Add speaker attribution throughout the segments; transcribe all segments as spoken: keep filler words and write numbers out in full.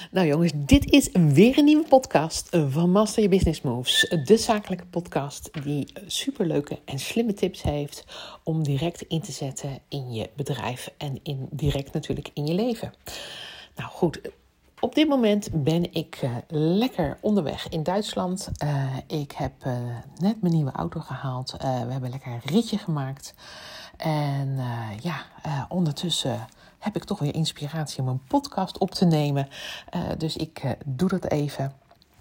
Speaker 1: Nou jongens, dit is weer een nieuwe podcast van Master Your Business Moves. De zakelijke podcast die superleuke en slimme tips heeft om direct in te zetten in je bedrijf en in, direct natuurlijk in je leven. Nou goed, op dit moment ben ik uh, lekker onderweg in Duitsland. Uh, ik heb uh, net mijn nieuwe auto gehaald. Uh, we hebben lekker een ritje gemaakt. En uh, ja, uh, ondertussen heb ik toch weer inspiratie om een podcast op te nemen. Uh, dus ik uh, doe dat even.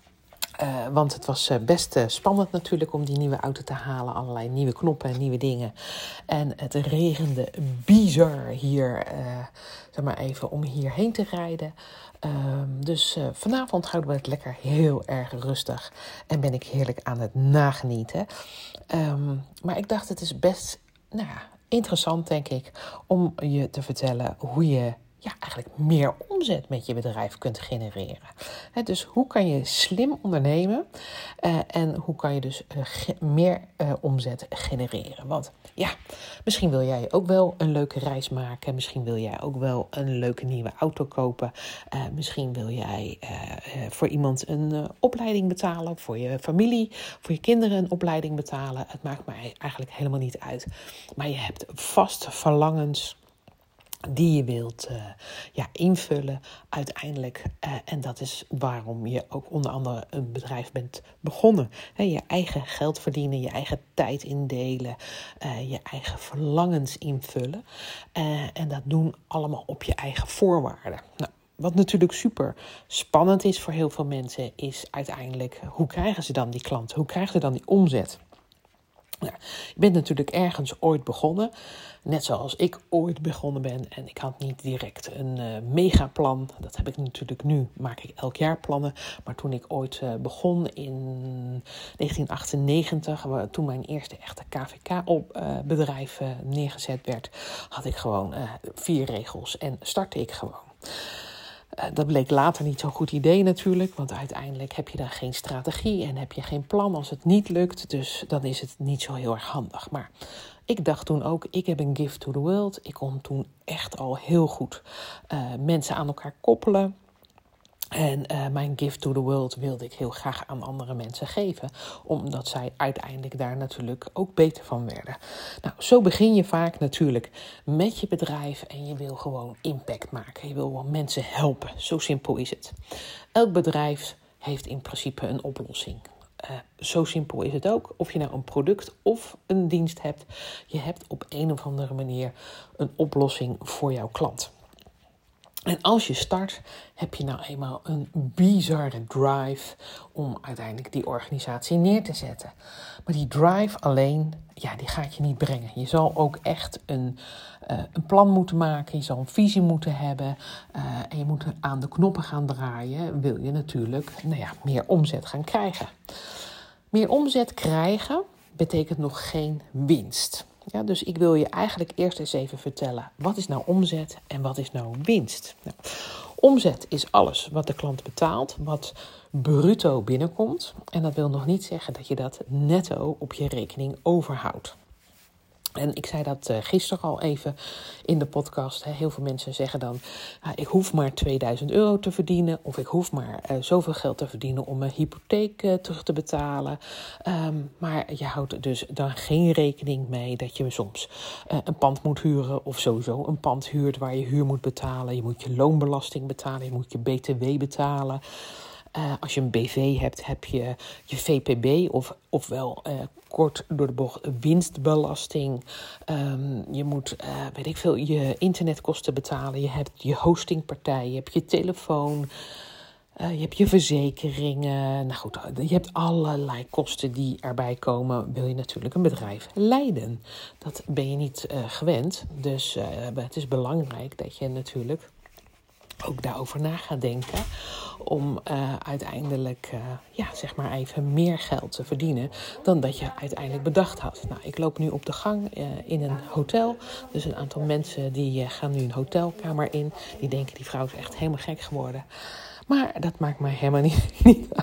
Speaker 1: Uh, want het was uh, best uh, spannend natuurlijk om die nieuwe auto te halen. Allerlei nieuwe knoppen en nieuwe dingen. En het regende bizar hier, uh, zeg maar even, om hierheen te rijden. Uh, dus uh, vanavond houden we het lekker heel erg rustig. En ben ik heerlijk aan het nagenieten. Um, maar ik dacht, het is best, nou ja, interessant, denk ik, om je te vertellen hoe je ja, eigenlijk meer omzet met je bedrijf kunt genereren. He, dus hoe kan je slim ondernemen uh, en hoe kan je dus uh, ge- meer uh, omzet genereren? Want ja, misschien wil jij ook wel een leuke reis maken. Misschien wil jij ook wel een leuke nieuwe auto kopen. Uh, misschien wil jij uh, uh, voor iemand een uh, opleiding betalen. Voor je familie, voor je kinderen een opleiding betalen. Het maakt mij eigenlijk helemaal niet uit. Maar je hebt vast verlangens die je wilt uh, ja, invullen uiteindelijk. Uh, en dat is waarom je ook onder andere een bedrijf bent begonnen. He, je eigen geld verdienen, je eigen tijd indelen, uh, je eigen verlangens invullen. Uh, en dat doen allemaal op je eigen voorwaarden. Nou, wat natuurlijk super spannend is voor heel veel mensen, is uiteindelijk, hoe krijgen ze dan die klanten? Hoe krijgen ze dan die omzet? Ja, je bent natuurlijk ergens ooit begonnen, net zoals ik ooit begonnen ben. En ik had niet direct een uh, megaplan. Dat heb ik natuurlijk nu, maak ik elk jaar plannen. Maar toen ik ooit uh, begon in negentien achtennegentig, waar, toen mijn eerste echte K V K-bedrijf uh, uh, neergezet werd, had ik gewoon uh, vier regels en startte ik gewoon. Uh, dat bleek later niet zo'n goed idee natuurlijk, want uiteindelijk heb je dan geen strategie en heb je geen plan als het niet lukt. Dus dan is het niet zo heel erg handig. Maar ik dacht toen ook, ik heb een gift to the world. Ik kon toen echt al heel goed uh, mensen aan elkaar koppelen. En uh, mijn gift to the world wilde ik heel graag aan andere mensen geven, omdat zij uiteindelijk daar natuurlijk ook beter van werden. Nou, zo begin je vaak natuurlijk met je bedrijf en je wil gewoon impact maken. Je wil gewoon mensen helpen. Zo simpel is het. Elk bedrijf heeft in principe een oplossing. Uh, zo simpel is het ook. Of je nou een product of een dienst hebt, je hebt op een of andere manier een oplossing voor jouw klant. En als je start, heb je nou eenmaal een bizarre drive om uiteindelijk die organisatie neer te zetten. Maar die drive alleen, ja, die gaat je niet brengen. Je zal ook echt een, uh, een plan moeten maken, je zal een visie moeten hebben. Uh, en je moet aan de knoppen gaan draaien, wil je natuurlijk nou ja, meer omzet gaan krijgen. Meer omzet krijgen betekent nog geen winst. Ja, dus ik wil je eigenlijk eerst eens even vertellen, wat is nou omzet en wat is nou winst? Nou, omzet is alles wat de klant betaalt, wat bruto binnenkomt. En dat wil nog niet zeggen dat je dat netto op je rekening overhoudt. En ik zei dat uh, gisteren al even in de podcast. Hè. Heel veel mensen zeggen dan, uh, ik hoef maar tweeduizend euro te verdienen. Of ik hoef maar uh, zoveel geld te verdienen om mijn hypotheek uh, terug te betalen. Um, maar je houdt dus dan geen rekening mee dat je soms uh, een pand moet huren. Of sowieso een pand huurt waar je huur moet betalen. Je moet je loonbelasting betalen, je moet je B T W betalen. Uh, als je een B V hebt, heb je je V P B, of, ofwel uh, kort door de bocht winstbelasting. Um, je moet, uh, weet ik veel, je internetkosten betalen. Je hebt je hostingpartij, je hebt je telefoon, uh, je hebt je verzekeringen. Nou goed, je hebt allerlei kosten die erbij komen. Wil je natuurlijk een bedrijf leiden. Dat ben je niet uh, gewend. Dus uh, het is belangrijk dat je natuurlijk ook daarover na gaat denken om uh, uiteindelijk uh, ja, zeg maar even meer geld te verdienen dan dat je uiteindelijk bedacht had. Nou, ik loop nu op de gang uh, in een hotel. Dus een aantal mensen die uh, gaan nu een hotelkamer in. Die denken, die vrouw is echt helemaal gek geworden. Maar dat maakt mij helemaal niet, niet uit.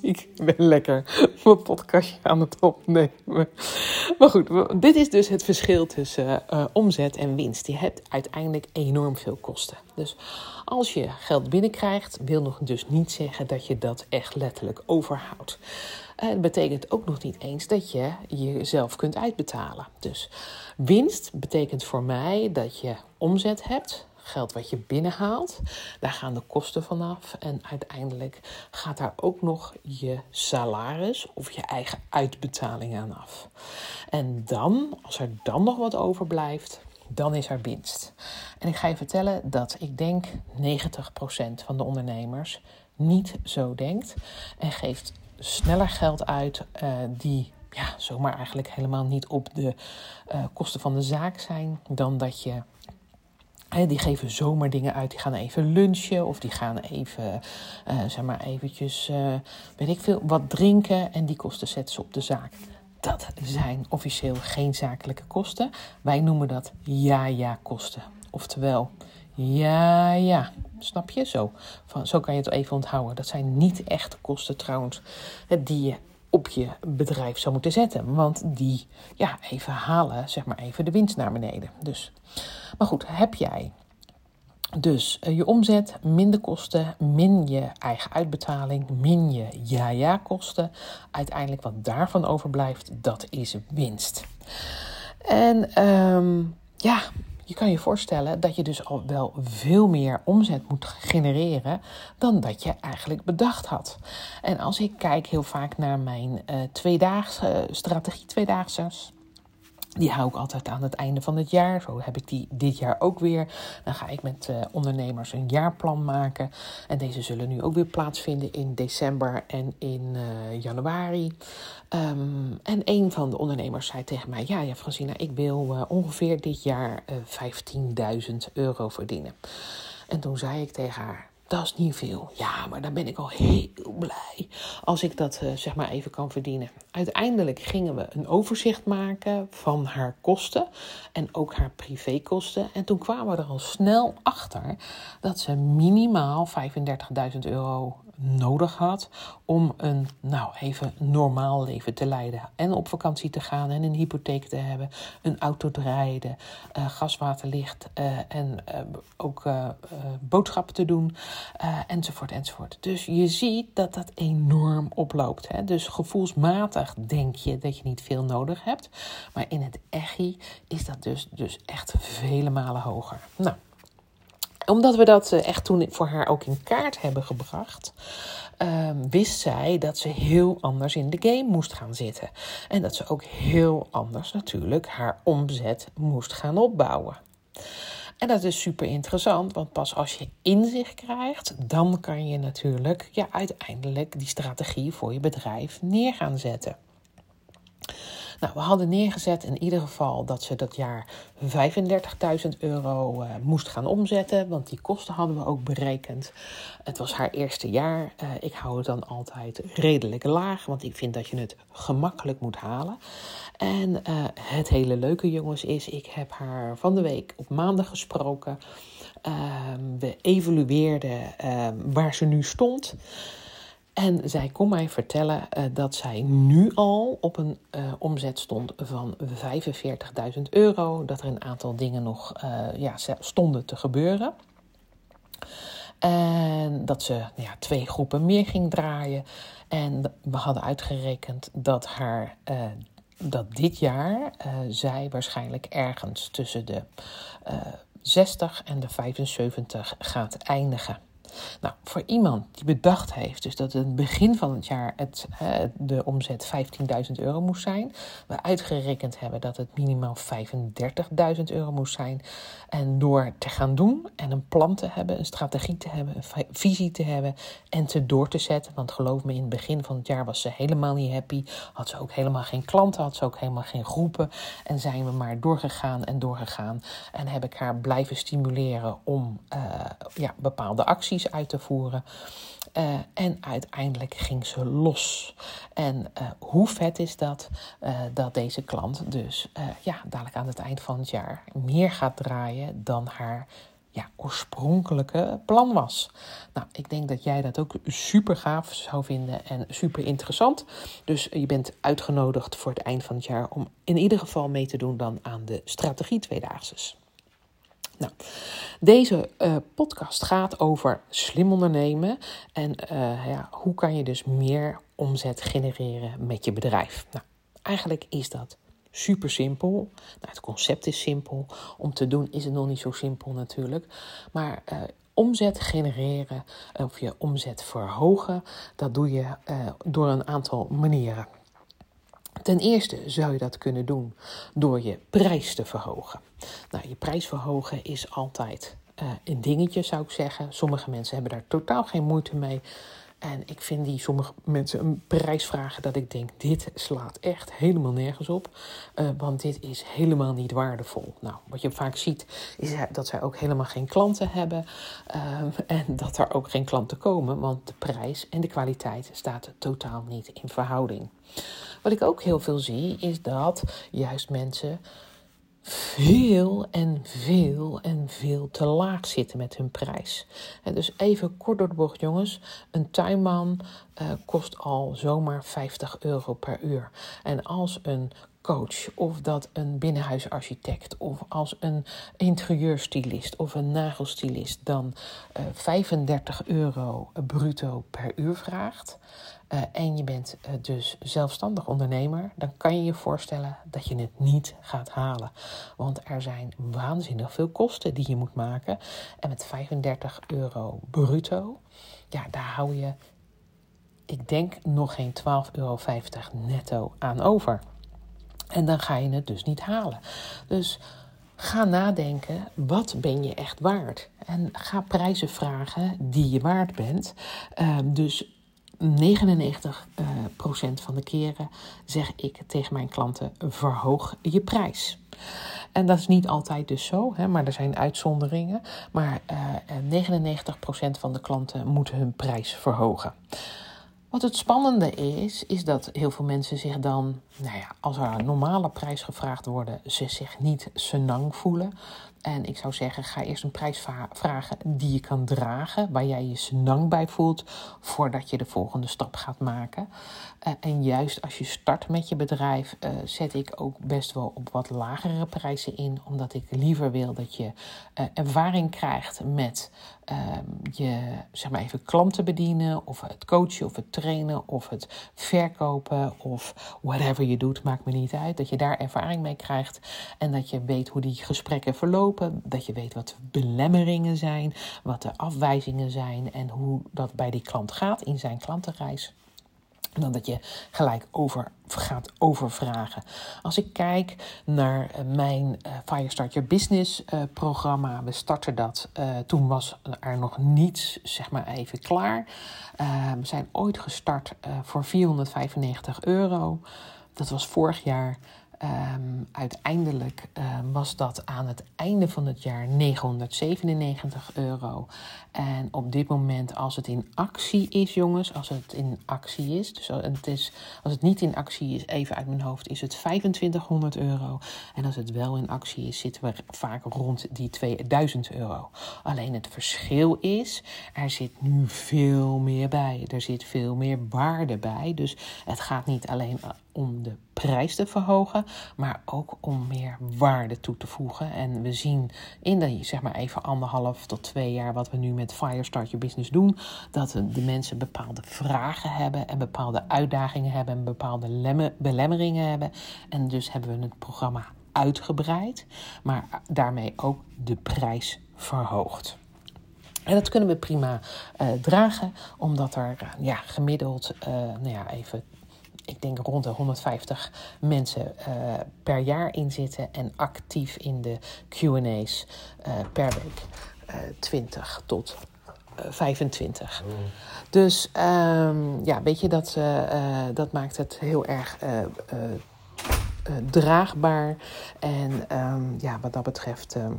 Speaker 1: ik ben lekker mijn podcastje aan het opnemen. Maar goed, dit is dus het verschil tussen uh, omzet en winst. Je hebt uiteindelijk enorm veel kosten. Dus als je geld binnenkrijgt, wil nog dus niet zeggen dat je dat echt letterlijk overhoudt. Het betekent ook nog niet eens dat je jezelf kunt uitbetalen. Dus winst betekent voor mij dat je omzet hebt, geld wat je binnenhaalt. Daar gaan de kosten vanaf. En uiteindelijk gaat daar ook nog je salaris of je eigen uitbetaling aan af. En dan, als er dan nog wat overblijft, dan is er winst. En ik ga je vertellen dat ik denk negentig procent van de ondernemers niet zo denkt en geeft sneller geld uit uh, die ja, zomaar eigenlijk helemaal niet op de uh, kosten van de zaak zijn, dan dat je He, die geven zomaar dingen uit. Die gaan even lunchen of die gaan even, uh, zeg maar eventjes, uh, weet ik veel, wat drinken. En die kosten zetten ze op de zaak. Dat zijn officieel geen zakelijke kosten. Wij noemen dat ja-ja-kosten. Oftewel, ja-ja. Snap je? Zo. Van, zo kan je het even onthouden. Dat zijn niet echte kosten trouwens die je op je bedrijf zou moeten zetten. Want die ja, even halen, zeg maar even de winst naar beneden. Dus, maar goed, heb jij dus uh, je omzet, min de kosten, min je eigen uitbetaling, min je ja-ja kosten. Uiteindelijk wat daarvan overblijft, dat is winst. En um, ja... Je kan je voorstellen dat je dus al wel veel meer omzet moet genereren dan dat je eigenlijk bedacht had. En als ik kijk heel vaak naar mijn uh, tweedaagse uh, strategie tweedaagsers, die hou ik altijd aan het einde van het jaar. Zo heb ik die dit jaar ook weer. Dan ga ik met uh, ondernemers een jaarplan maken. En deze zullen nu ook weer plaatsvinden in december en in uh, januari. Um, en een van de ondernemers zei tegen mij: ja, ja Francina, ik wil uh, ongeveer dit jaar uh, vijftienduizend euro verdienen. En toen zei ik tegen haar: dat is niet veel. Ja, maar dan ben ik al heel blij als ik dat uh, zeg maar even kan verdienen. Uiteindelijk gingen we een overzicht maken van haar kosten en ook haar privékosten. En toen kwamen we er al snel achter dat ze minimaal vijfendertigduizend euro nodig had om een, nou even normaal leven te leiden. En op vakantie te gaan en een hypotheek te hebben, een auto te rijden, uh, gas, water, licht uh, en uh, ook uh, uh, boodschappen te doen, uh, enzovoort, enzovoort. Dus je ziet dat dat enorm oploopt. Hè? Dus gevoelsmatig denk je dat je niet veel nodig hebt, maar in het echi is dat dus, dus echt vele malen hoger. Nou, omdat we dat echt toen voor haar ook in kaart hebben gebracht, uh, wist zij dat ze heel anders in de game moest gaan zitten. En dat ze ook heel anders natuurlijk haar omzet moest gaan opbouwen. En dat is super interessant, want pas als je inzicht krijgt, dan kan je natuurlijk ja, uiteindelijk die strategie voor je bedrijf neer gaan zetten. Nou, we hadden neergezet in ieder geval dat ze dat jaar vijfendertigduizend euro uh, moest gaan omzetten. Want die kosten hadden we ook berekend. Het was haar eerste jaar. Uh, ik hou het dan altijd redelijk laag. Want ik vind dat je het gemakkelijk moet halen. En uh, het hele leuke jongens is, ik heb haar van de week op maandag gesproken. Uh, we evalueerden uh, waar ze nu stond. En zij kon mij vertellen uh, dat zij nu al op een uh, omzet stond van vijfenveertigduizend euro. Dat er een aantal dingen nog uh, ja, stonden te gebeuren. En dat ze ja, twee groepen meer ging draaien. En we hadden uitgerekend dat, haar, uh, dat dit jaar uh, zij waarschijnlijk ergens tussen de uh, zestig en de vijfenzeventig gaat eindigen. Nou, voor iemand die bedacht heeft dus dat het begin van het jaar het, uh, de omzet vijftienduizend euro moest zijn. We uitgerekend hebben dat het minimaal vijfendertigduizend euro moest zijn. En door te gaan doen en een plan te hebben, een strategie te hebben, een visie te hebben en te door te zetten. Want geloof me, in het begin van het jaar was ze helemaal niet happy. Had ze ook helemaal geen klanten, had ze ook helemaal geen groepen. En zijn we maar doorgegaan en doorgegaan. En heb ik haar blijven stimuleren om uh, ja, bepaalde acties uit te voeren. Uh, en uiteindelijk ging ze los. En uh, hoe vet is dat? Uh, dat deze klant dus uh, ja, dadelijk aan het eind van het jaar meer gaat draaien dan haar ja, oorspronkelijke plan was. Nou, ik denk dat jij dat ook super gaaf zou vinden en super interessant. Dus je bent uitgenodigd voor het eind van het jaar om in ieder geval mee te doen dan aan de strategie tweedaagses. Nou, deze uh, podcast gaat over slim ondernemen en uh, ja, hoe kan je dus meer omzet genereren met je bedrijf. Nou, eigenlijk is dat super simpel. Nou, het concept is simpel. Om te doen is het nog niet zo simpel natuurlijk. Maar uh, omzet genereren of je omzet verhogen, dat doe je uh, door een aantal manieren. Ten eerste zou je dat kunnen doen door je prijs te verhogen. Nou, je prijs verhogen is altijd uh, een dingetje, zou ik zeggen. Sommige mensen hebben daar totaal geen moeite mee. En ik vind die sommige mensen een prijs vragen dat ik denk, dit slaat echt helemaal nergens op. Uh, want dit is helemaal niet waardevol. Nou, wat je vaak ziet is dat zij ook helemaal geen klanten hebben. Uh, en dat er ook geen klanten komen. Want de prijs en de kwaliteit staat totaal niet in verhouding. Wat ik ook heel veel zie is dat juist mensen veel en veel en veel te laag zitten met hun prijs. En dus even kort door de bocht, jongens. Een tuinman uh, kost al zomaar vijftig euro per uur. En als een coach of dat een binnenhuisarchitect of als een interieurstylist of een nagelstylist dan uh, vijfendertig euro bruto per uur vraagt, Uh, en je bent uh, dus zelfstandig ondernemer, dan kan je je voorstellen dat je het niet gaat halen. Want er zijn waanzinnig veel kosten die je moet maken. En met vijfendertig euro bruto, ja, daar hou je, ik denk, nog geen twaalf euro vijftig netto aan over. En dan ga je het dus niet halen. Dus ga nadenken, wat ben je echt waard? En ga prijzen vragen die je waard bent. Uh, dus negenennegentig procent van de keren zeg ik tegen mijn klanten, verhoog je prijs. En dat is niet altijd dus zo, hè, maar er zijn uitzonderingen. Maar uh, negenennegentig procent van de klanten moeten hun prijs verhogen. Wat het spannende is, is dat heel veel mensen zich dan, nou ja, als er een normale prijs gevraagd worden, ze zich niet senang voelen. En ik zou zeggen, ga eerst een prijs va- vragen die je kan dragen, waar jij je senang bij voelt, voordat je de volgende stap gaat maken. Uh, en juist als je start met je bedrijf, uh, zet ik ook best wel op wat lagere prijzen in, omdat ik liever wil dat je uh, ervaring krijgt met uh, je, zeg maar even, klanten bedienen, of het coachen, of het trainen, of het verkopen, of whatever je doet, maakt me niet uit. Dat je daar ervaring mee krijgt en dat je weet hoe die gesprekken verlopen. Dat je weet wat de belemmeringen zijn, wat de afwijzingen zijn en hoe dat bij die klant gaat in zijn klantenreis. En dan dat je gelijk over gaat overvragen. Als ik kijk naar mijn uh, Firestart Your Business uh, programma. We starten dat. Uh, toen was er nog niets, zeg maar even, klaar. Uh, we zijn ooit gestart uh, voor vierhonderdvijfennegentig euro. Dat was vorig jaar. Um, uiteindelijk uh, was dat aan het einde van het jaar negenhonderdzevenennegentig euro. En op dit moment, als het in actie is, jongens, als het in actie is, dus het is, als het niet in actie is, even uit mijn hoofd, is het vijfentwintighonderd euro. En als het wel in actie is, zitten we vaak rond die tweeduizend euro. Alleen het verschil is, er zit nu veel meer bij. Er zit veel meer waarde bij. Dus het gaat niet alleen om de prijs te verhogen, maar ook om meer waarde toe te voegen. En we zien in de, zeg maar even anderhalf tot twee jaar wat we nu met Firestart Your Business doen, dat de mensen bepaalde vragen hebben en bepaalde uitdagingen hebben en bepaalde lemme, belemmeringen hebben. En dus hebben we het programma uitgebreid, maar daarmee ook de prijs verhoogd. En dat kunnen we prima uh, dragen, omdat er uh, ja, gemiddeld, uh, nou ja, even, ik denk rond de honderdvijftig mensen uh, per jaar in zitten en actief in de Q en A's uh, per week uh, twintig tot vijfentwintig. Mm. Dus um, ja, weet je, dat, uh, uh, dat maakt het heel erg uh, uh, uh, draagbaar. En um, ja, wat dat betreft Uh,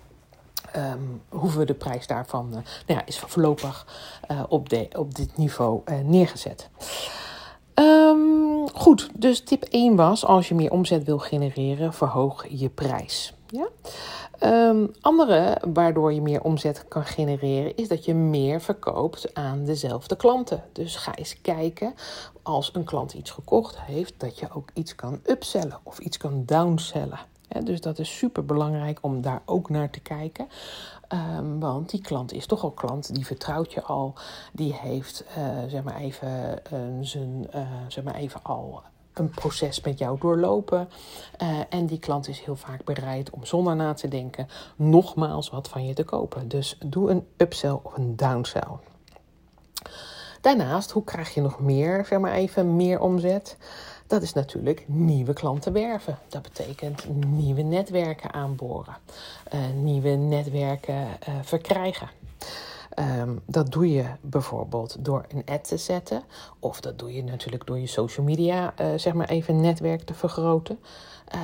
Speaker 1: Um, hoeven we de prijs daarvan, uh, nou ja, is voorlopig uh, op, de, op dit niveau uh, neergezet. Um, goed, dus tip één was, als je meer omzet wil genereren, verhoog je prijs. Ja? Um, andere waardoor je meer omzet kan genereren, is dat je meer verkoopt aan dezelfde klanten. Dus ga eens kijken, als een klant iets gekocht heeft, dat je ook iets kan upsellen of iets kan downsellen. Ja, dus dat is super belangrijk om daar ook naar te kijken. Um, want die klant is toch al klant, die vertrouwt je al. Die heeft uh, zeg maar even, uh, zijn, uh, zeg maar even al een proces met jou doorlopen. Uh, en die klant is heel vaak bereid om zonder na te denken nogmaals wat van je te kopen. Dus doe een upsell of een downsell. Daarnaast, hoe krijg je nog meer, zeg maar even, meer omzet? Dat is natuurlijk nieuwe klanten werven. Dat betekent nieuwe netwerken aanboren. Uh, nieuwe netwerken uh, verkrijgen. Um, dat doe je bijvoorbeeld door een ad te zetten. Of dat doe je natuurlijk door je social media, uh, zeg maar even, netwerk te vergroten. Uh,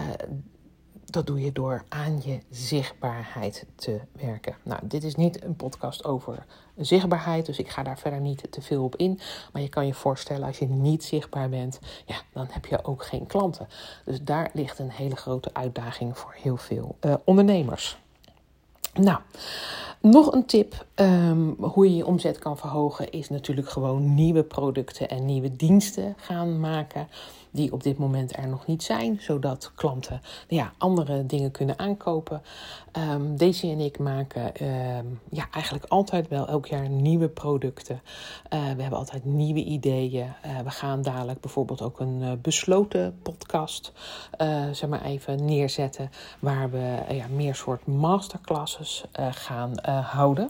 Speaker 1: Dat doe je door aan je zichtbaarheid te werken. Nou, dit is niet een podcast over zichtbaarheid, dus ik ga daar verder niet te veel op in. Maar je kan je voorstellen, als je niet zichtbaar bent, ja, dan heb je ook geen klanten. Dus daar ligt een hele grote uitdaging voor heel veel uh, ondernemers. Nou, nog een tip um, hoe je je omzet kan verhogen is natuurlijk gewoon nieuwe producten en nieuwe diensten gaan maken die op dit moment er nog niet zijn, zodat klanten ja, andere dingen kunnen aankopen. Um, Daisy en ik maken um, ja, eigenlijk altijd wel elk jaar nieuwe producten. Uh, we hebben altijd nieuwe ideeën. Uh, we gaan dadelijk bijvoorbeeld ook een uh, besloten podcast uh, zeg maar even neerzetten, waar we uh, ja, meer soort masterclasses uh, gaan uh, houden.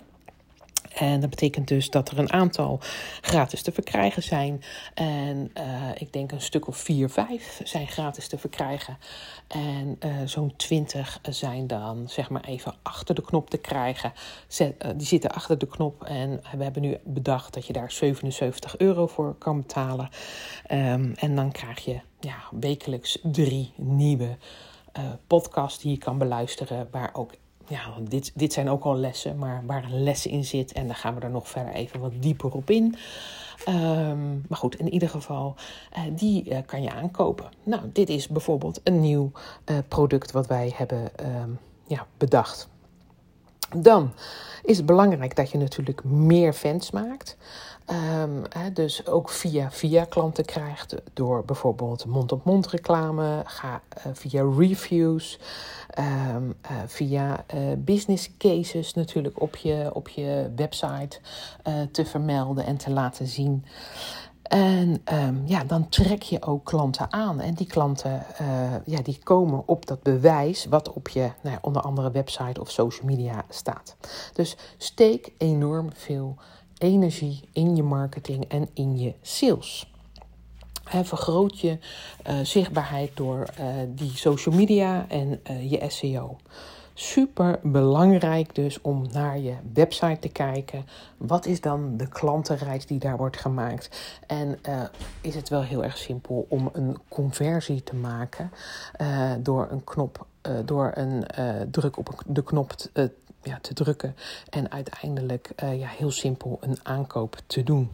Speaker 1: En dat betekent dus dat er een aantal gratis te verkrijgen zijn. En uh, ik denk een stuk of vier, vijf zijn gratis te verkrijgen. En uh, zo'n twintig zijn dan zeg maar even achter de knop te krijgen. Zet, uh, die zitten achter de knop en we hebben nu bedacht dat je daar zevenenzeventig euro voor kan betalen. Um, en dan krijg je ja, wekelijks drie nieuwe uh, podcasts die je kan beluisteren, waar ook Ja, dit, dit zijn ook al lessen, maar waar een lessen in zit. En dan gaan we er nog verder even wat dieper op in. Um, maar goed, in ieder geval, uh, die uh, kan je aankopen. Nou, dit is bijvoorbeeld een nieuw uh, product wat wij hebben um, ja, bedacht. Dan is het belangrijk dat je natuurlijk meer fans maakt. Um, hè, dus ook via via klanten krijgt door bijvoorbeeld mond-op-mond reclame, ga uh, via reviews, um, uh, via uh, business cases natuurlijk op je, op je website uh, te vermelden en te laten zien. En um, ja, dan trek je ook klanten aan. En die klanten uh, ja, die komen op dat bewijs wat op je nou ja, onder andere website of social media staat. Dus steek enorm veel energie in je marketing en in je sales. He, vergroot je uh, zichtbaarheid door uh, die social media en uh, je S E O. Super belangrijk dus om naar je website te kijken. Wat is dan de klantenreis die daar wordt gemaakt? En uh, is het wel heel erg simpel om een conversie te maken uh, door een knop, uh, door een uh, druk op de knop te, uh, ja, te drukken en uiteindelijk uh, ja, heel simpel een aankoop te doen.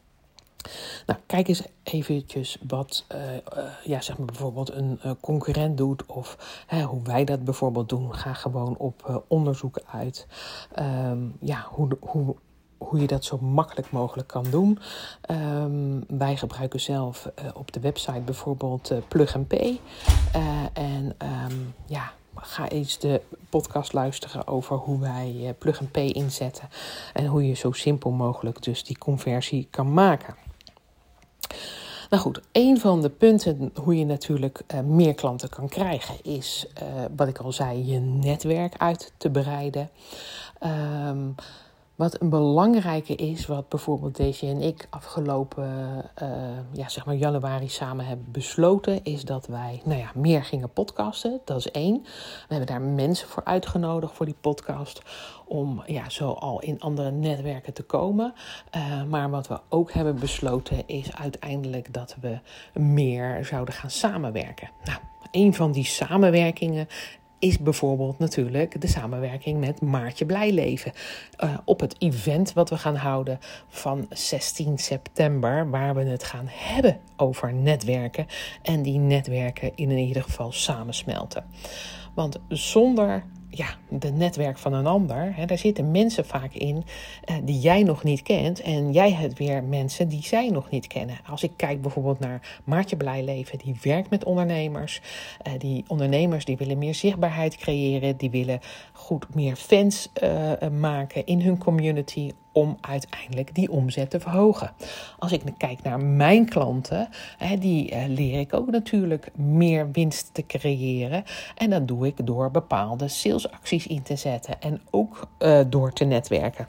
Speaker 1: Nou, kijk eens eventjes wat uh, uh, ja, zeg maar bijvoorbeeld een uh, concurrent doet of hè, hoe wij dat bijvoorbeeld doen. Ga gewoon op uh, onderzoek uit. Um, ja, hoe, hoe, hoe je dat zo makkelijk mogelijk kan doen. Um, wij gebruiken zelf uh, op de website bijvoorbeeld uh, Plug and Pay. Uh, en um, ja... Ga eens de podcast luisteren over hoe wij Plug and Pay inzetten. En hoe je zo simpel mogelijk dus die conversie kan maken. Nou goed, een van de punten hoe je natuurlijk uh, meer klanten kan krijgen is, uh, wat ik al zei, je netwerk uit te breiden. Um, Wat een belangrijke is, wat bijvoorbeeld Daisy en ik afgelopen uh, ja, zeg maar januari samen hebben besloten, is dat wij nou ja, meer gingen podcasten. Dat is één. We hebben daar mensen voor uitgenodigd voor die podcast om ja, zo al in andere netwerken te komen. Uh, maar wat we ook hebben besloten is uiteindelijk dat we meer zouden gaan samenwerken. Nou, een van die samenwerkingen is bijvoorbeeld natuurlijk de samenwerking met Maartje Blijleven. Uh, op het event wat we gaan houden van zestien september, waar we het gaan hebben over netwerken. En die netwerken in ieder geval samensmelten. Want zonder ja, de netwerk van een ander, hè, daar zitten mensen vaak in uh, die jij nog niet kent. En jij hebt weer mensen die zij nog niet kennen. Als ik kijk bijvoorbeeld naar Maartje Blijleven, die werkt met ondernemers. Uh, die ondernemers die willen meer zichtbaarheid creëren. Die willen goed meer fans uh, maken in hun community om uiteindelijk die omzet te verhogen. Als ik kijk naar mijn klanten, hè, die uh, leer ik ook natuurlijk meer winst te creëren. En dat doe ik door bepaalde salesacties in te zetten en ook uh, door te netwerken.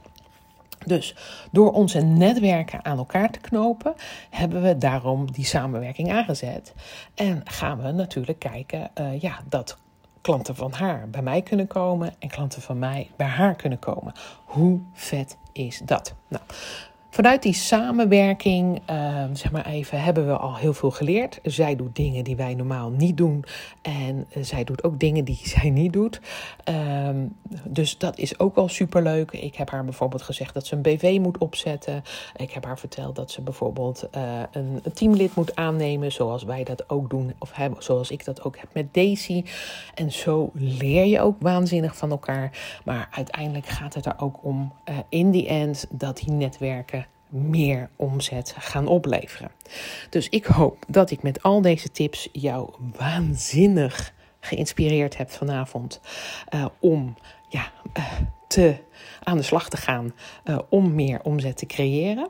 Speaker 1: Dus door onze netwerken aan elkaar te knopen, hebben we daarom die samenwerking aangezet. En gaan we natuurlijk kijken uh, ja, dat klanten van haar bij mij kunnen komen en klanten van mij bij haar kunnen komen. Hoe vet is dat? Nou, vanuit die samenwerking, uh, zeg maar even, hebben we al heel veel geleerd. Zij doet dingen die wij normaal niet doen. En uh, zij doet ook dingen die zij niet doet. Uh, dus dat is ook al superleuk. Ik heb haar bijvoorbeeld gezegd dat ze een B V moet opzetten. Ik heb haar verteld dat ze bijvoorbeeld uh, een, een teamlid moet aannemen. Zoals wij dat ook doen. Of hebben, zoals ik dat ook heb met Daisy. En zo leer je ook waanzinnig van elkaar. Maar uiteindelijk gaat het er ook om, uh, in the end, dat die netwerken meer omzet gaan opleveren. Dus ik hoop dat ik met al deze tips jou waanzinnig geïnspireerd heb vanavond uh, om ja, uh, te, aan de slag te gaan uh, om meer omzet te creëren.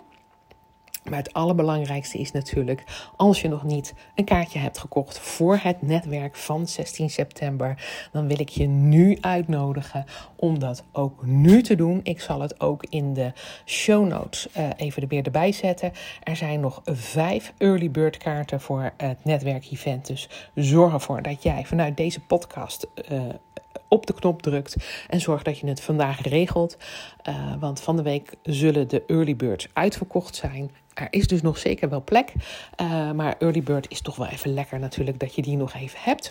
Speaker 1: Maar het allerbelangrijkste is natuurlijk, als je nog niet een kaartje hebt gekocht voor het netwerk van zestien september, dan wil ik je nu uitnodigen om dat ook nu te doen. Ik zal het ook in de show notes uh, even er weer erbij zetten. Er zijn nog vijf early bird kaarten voor het netwerkevent. Dus zorg ervoor dat jij vanuit deze podcast Uh, op de knop drukt en zorg dat je het vandaag regelt. Uh, want van de week zullen de early birds uitverkocht zijn. Er is dus nog zeker wel plek. Uh, maar early bird is toch wel even lekker natuurlijk dat je die nog even hebt.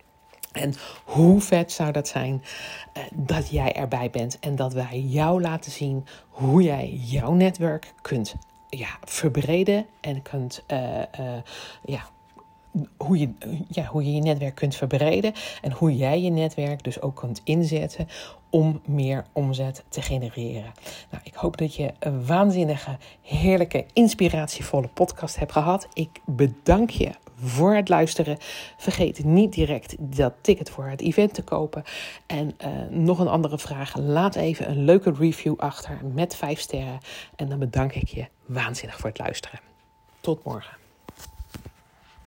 Speaker 1: En hoe vet zou dat zijn uh, dat jij erbij bent en dat wij jou laten zien hoe jij jouw netwerk kunt ja, verbreden en kunt uh, uh, ja, Hoe je, ja, hoe je je netwerk kunt verbreden en hoe jij je netwerk dus ook kunt inzetten om meer omzet te genereren. Nou, ik hoop dat je een waanzinnige, heerlijke, inspiratievolle podcast hebt gehad. Ik bedank je voor het luisteren. Vergeet niet direct dat ticket voor het event te kopen. En uh, nog een andere vraag. Laat even een leuke review achter met vijf sterren. En dan bedank ik je waanzinnig voor het luisteren. Tot morgen.